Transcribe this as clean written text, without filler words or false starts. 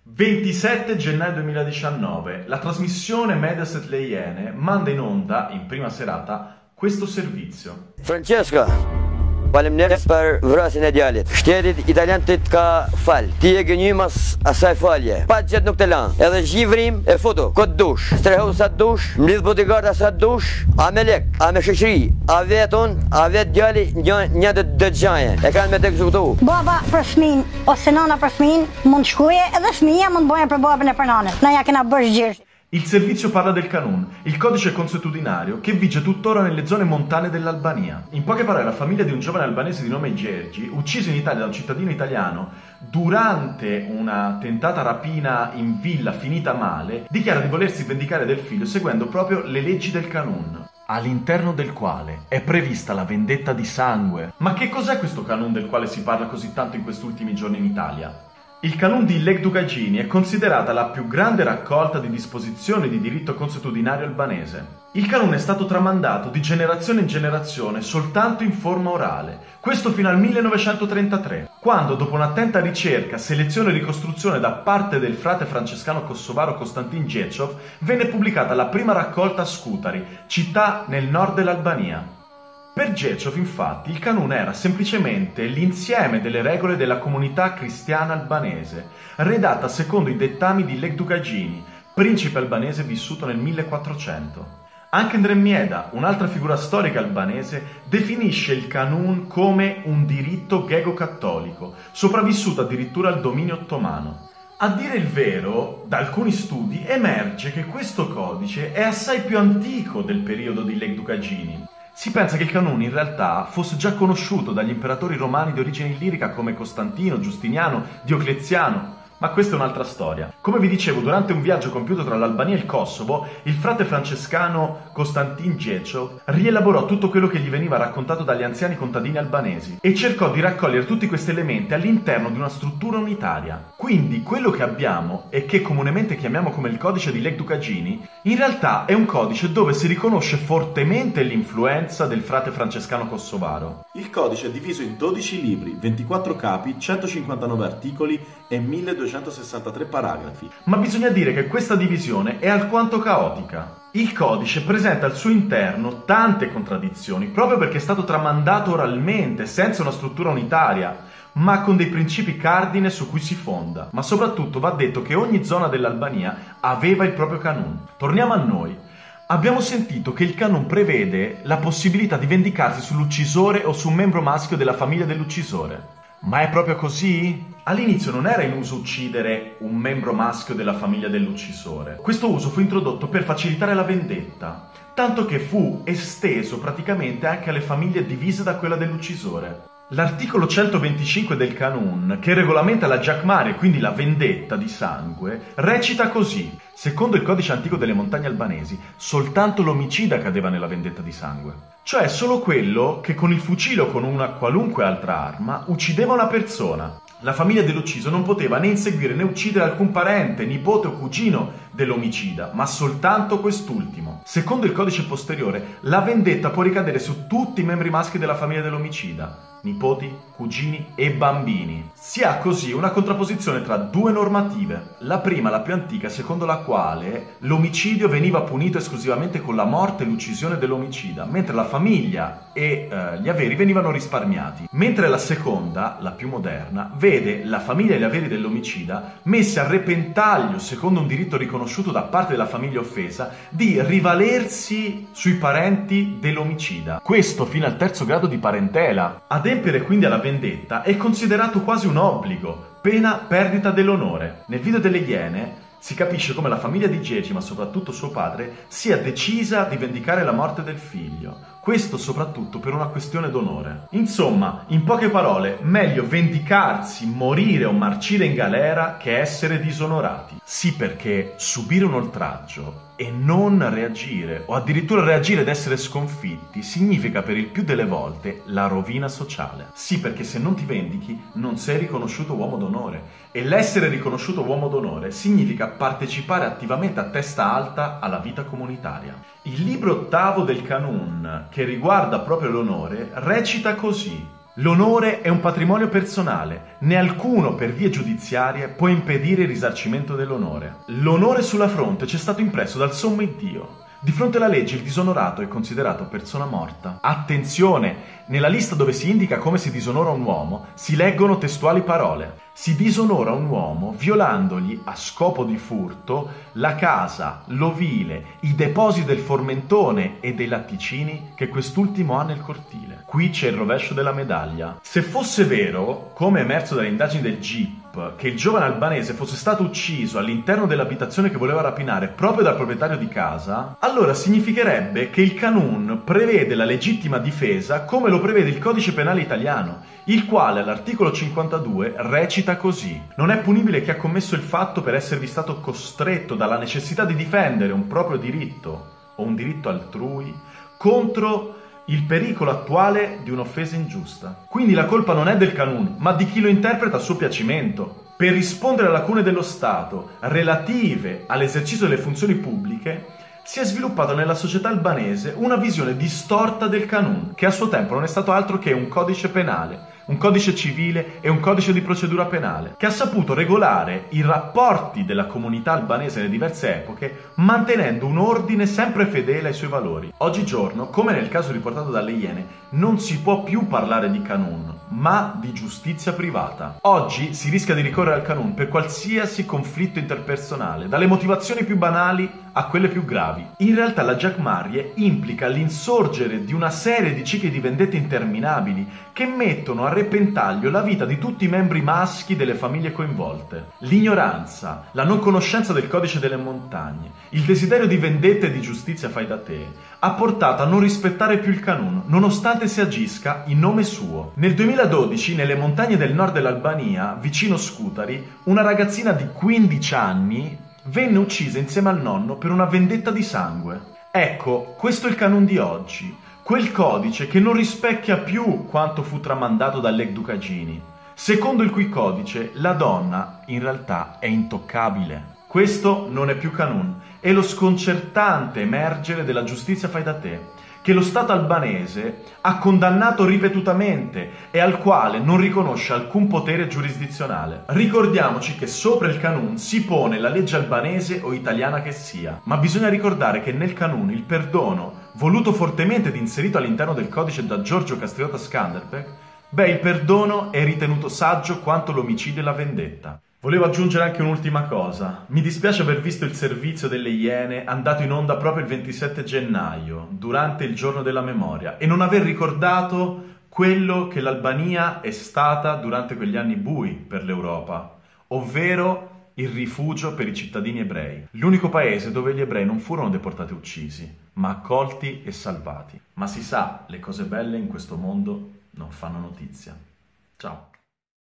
27 gennaio 2019, la trasmissione Mediaset Le Iene manda in onda, in prima serata, questo servizio. Francesca, faleminderit për vrasjen e djalit. Shtetit italianit ka fal. Ti e gënjymas asaj falje. Pa gjet nuk të lan. Edhe zgjivrim e foto. Kod dush. Strehu sa dush, mlidh bodyguarda sa dush, a me lek, a me shoqëri, a veton, a vet djali një të xhaje. E kanë me tek zgjutu. Baba për fëmin ose nana për fëmin mund shkruaje edhe fëmia mund bëjë për babën e për nanën. Na ja kena bërë gjirë. Il servizio parla del Kanun, il codice consuetudinario che vige tuttora nelle zone montane dell'Albania. In poche parole, la famiglia di un giovane albanese di nome Gjergji, ucciso in Italia da un cittadino italiano durante una tentata rapina in villa finita male, dichiara di volersi vendicare del figlio seguendo proprio le leggi del Kanun, all'interno del quale è prevista la vendetta di sangue. Ma che cos'è questo Kanun del quale si parla così tanto in questi ultimi giorni in Italia? Il Kanun di Lektukajini è considerata la più grande raccolta di disposizioni di diritto consuetudinario albanese. Il Kanun è stato tramandato di generazione in generazione soltanto in forma orale, questo fino al 1933, quando dopo un'attenta ricerca, selezione e ricostruzione da parte del frate francescano kosovaro Konstantin Gječov, venne pubblicata la prima raccolta a Skutari, città nel nord dell'Albania. Per Gječov, infatti, il Kanun era semplicemente l'insieme delle regole della comunità cristiana albanese, redatta secondo i dettami di Lektukajini, principe albanese vissuto nel 1400. Anche Ndremieda, un'altra figura storica albanese, definisce il Kanun come un diritto ghego-cattolico, sopravvissuto addirittura al dominio ottomano. A dire il vero, da alcuni studi emerge che questo codice è assai più antico del periodo di Lektukajini. Si pensa che il Kanun in realtà fosse già conosciuto dagli imperatori romani di origine illirica come Costantino, Giustiniano, Diocleziano, ma questa è un'altra storia. Come vi dicevo, durante un viaggio compiuto tra l'Albania e il Kosovo, il frate francescano Konstantin Gječov rielaborò tutto quello che gli veniva raccontato dagli anziani contadini albanesi e cercò di raccogliere tutti questi elementi all'interno di una struttura unitaria. Quindi quello che abbiamo e che comunemente chiamiamo come il codice di Lektukajini, in realtà è un codice dove si riconosce fortemente l'influenza del frate francescano kosovaro. Il codice è diviso in 12 libri, 24 capi, 159 articoli e 1263 paragrafi. Ma bisogna dire che questa divisione è alquanto caotica. Il codice presenta al suo interno tante contraddizioni, proprio perché è stato tramandato oralmente, senza una struttura unitaria, ma con dei principi cardine su cui si fonda. Ma soprattutto va detto che ogni zona dell'Albania aveva il proprio Kanun. Torniamo a noi. Abbiamo sentito che il Kanun prevede la possibilità di vendicarsi sull'uccisore o su un membro maschio della famiglia dell'uccisore. Ma è proprio così? All'inizio non era in uso uccidere un membro maschio della famiglia dell'uccisore. Questo uso fu introdotto per facilitare la vendetta, tanto che fu esteso praticamente anche alle famiglie divise da quella dell'uccisore. L'articolo 125 del Kanun, che regolamenta la giackmare, quindi la vendetta di sangue, recita così: secondo il codice antico delle montagne albanesi, soltanto l'omicida cadeva nella vendetta di sangue. Cioè solo quello che con il fucile o con una qualunque altra arma uccideva una persona. La famiglia dell'ucciso non poteva né inseguire né uccidere alcun parente, nipote o cugino dell'omicida, ma soltanto quest'ultimo. Secondo il codice posteriore, la vendetta può ricadere su tutti i membri maschi della famiglia dell'omicida, nipoti, cugini e bambini. Si ha così una contrapposizione tra due normative. La prima, la più antica, secondo la quale l'omicidio veniva punito esclusivamente con la morte e l'uccisione dell'omicida, mentre la famiglia e gli averi venivano risparmiati. Mentre la seconda, la più moderna, vede la famiglia e gli averi dell'omicida messi a repentaglio, secondo un diritto riconosciuto da parte della famiglia offesa, di rivalersi sui parenti dell'omicida. Questo fino al terzo grado di parentela. Adempiere quindi alla vendetta è considerato quasi un obbligo, pena perdita dell'onore. Nel video delle Iene si capisce come la famiglia di Gječov, ma soprattutto suo padre, sia decisa di vendicare la morte del figlio. Questo soprattutto per una questione d'onore. Insomma, in poche parole, meglio vendicarsi, morire o marcire in galera che essere disonorati. Sì, perché subire un oltraggio e non reagire, o addirittura reagire ed essere sconfitti, significa per il più delle volte la rovina sociale. Sì, perché se non ti vendichi non sei riconosciuto uomo d'onore, e l'essere riconosciuto uomo d'onore significa partecipare attivamente a testa alta alla vita comunitaria. Il libro ottavo del Kanun, che riguarda proprio l'onore, recita così: L'onore è un patrimonio personale, né alcuno per vie giudiziarie può impedire il risarcimento dell'onore. L'onore sulla fronte ci è stato impresso dal sommo Iddio. Di fronte alla legge il disonorato è considerato persona morta. Attenzione! Nella lista dove si indica come si disonora un uomo si leggono testuali parole. Si disonora un uomo violandogli a scopo di furto la casa, l'ovile, i depositi del formentone e dei latticini che quest'ultimo ha nel cortile. Qui c'è il rovescio della medaglia. Se fosse vero, come emerso dalle indagini del GIP, che il giovane albanese fosse stato ucciso all'interno dell'abitazione che voleva rapinare proprio dal proprietario di casa, allora significherebbe che il Kanun prevede la legittima difesa come lo prevede il codice penale italiano, il quale all'articolo 52 recita così: non è punibile chi ha commesso il fatto per esservi stato costretto dalla necessità di difendere un proprio diritto o un diritto altrui contro il pericolo attuale di un'offesa ingiusta. Quindi la colpa non è del Kanun, ma di chi lo interpreta a suo piacimento. Per rispondere alle lacune dello Stato relative all'esercizio delle funzioni pubbliche, si è sviluppata nella società albanese una visione distorta del Kanun, che a suo tempo non è stato altro che un codice penale, un codice civile e un codice di procedura penale, che ha saputo regolare i rapporti della comunità albanese nelle diverse epoche, mantenendo un ordine sempre fedele ai suoi valori. Oggigiorno, come nel caso riportato dalle Iene, non si può più parlare di Kanun, ma di giustizia privata. Oggi si rischia di ricorrere al Kanun per qualsiasi conflitto interpersonale, dalle motivazioni più banali a quelle più gravi. In realtà la Giackmarie implica l'insorgere di una serie di cicli di vendette interminabili che mettono a repentaglio la vita di tutti i membri maschi delle famiglie coinvolte. L'ignoranza, la non conoscenza del codice delle montagne, il desiderio di vendetta e di giustizia fai da te ha portato a non rispettare più il Kanun, nonostante si agisca in nome suo. Nel 2012, nelle montagne del nord dell'Albania, vicino Scutari, una ragazzina di 15 anni venne uccisa insieme al nonno per una vendetta di sangue. Ecco, questo è il Kanun di oggi, quel codice che non rispecchia più quanto fu tramandato dall'Egdukagini, secondo il cui codice la donna in realtà è intoccabile. Questo non è più Kanun, è lo sconcertante emergere della giustizia fai da te, che lo Stato albanese ha condannato ripetutamente e al quale non riconosce alcun potere giurisdizionale. Ricordiamoci che sopra il Kanun si pone la legge albanese o italiana che sia, ma bisogna ricordare che nel Kanun il perdono, voluto fortemente ed inserito all'interno del codice da Giorgio Castriota Skanderbeg, il perdono è ritenuto saggio quanto l'omicidio e la vendetta. Volevo aggiungere anche un'ultima cosa. Mi dispiace aver visto il servizio delle Iene andato in onda proprio il 27 gennaio, durante il giorno della memoria, e non aver ricordato quello che l'Albania è stata durante quegli anni bui per l'Europa, ovvero il rifugio per i cittadini ebrei. L'unico paese dove gli ebrei non furono deportati e uccisi, ma accolti e salvati. Ma si sa, le cose belle in questo mondo non fanno notizia. Ciao.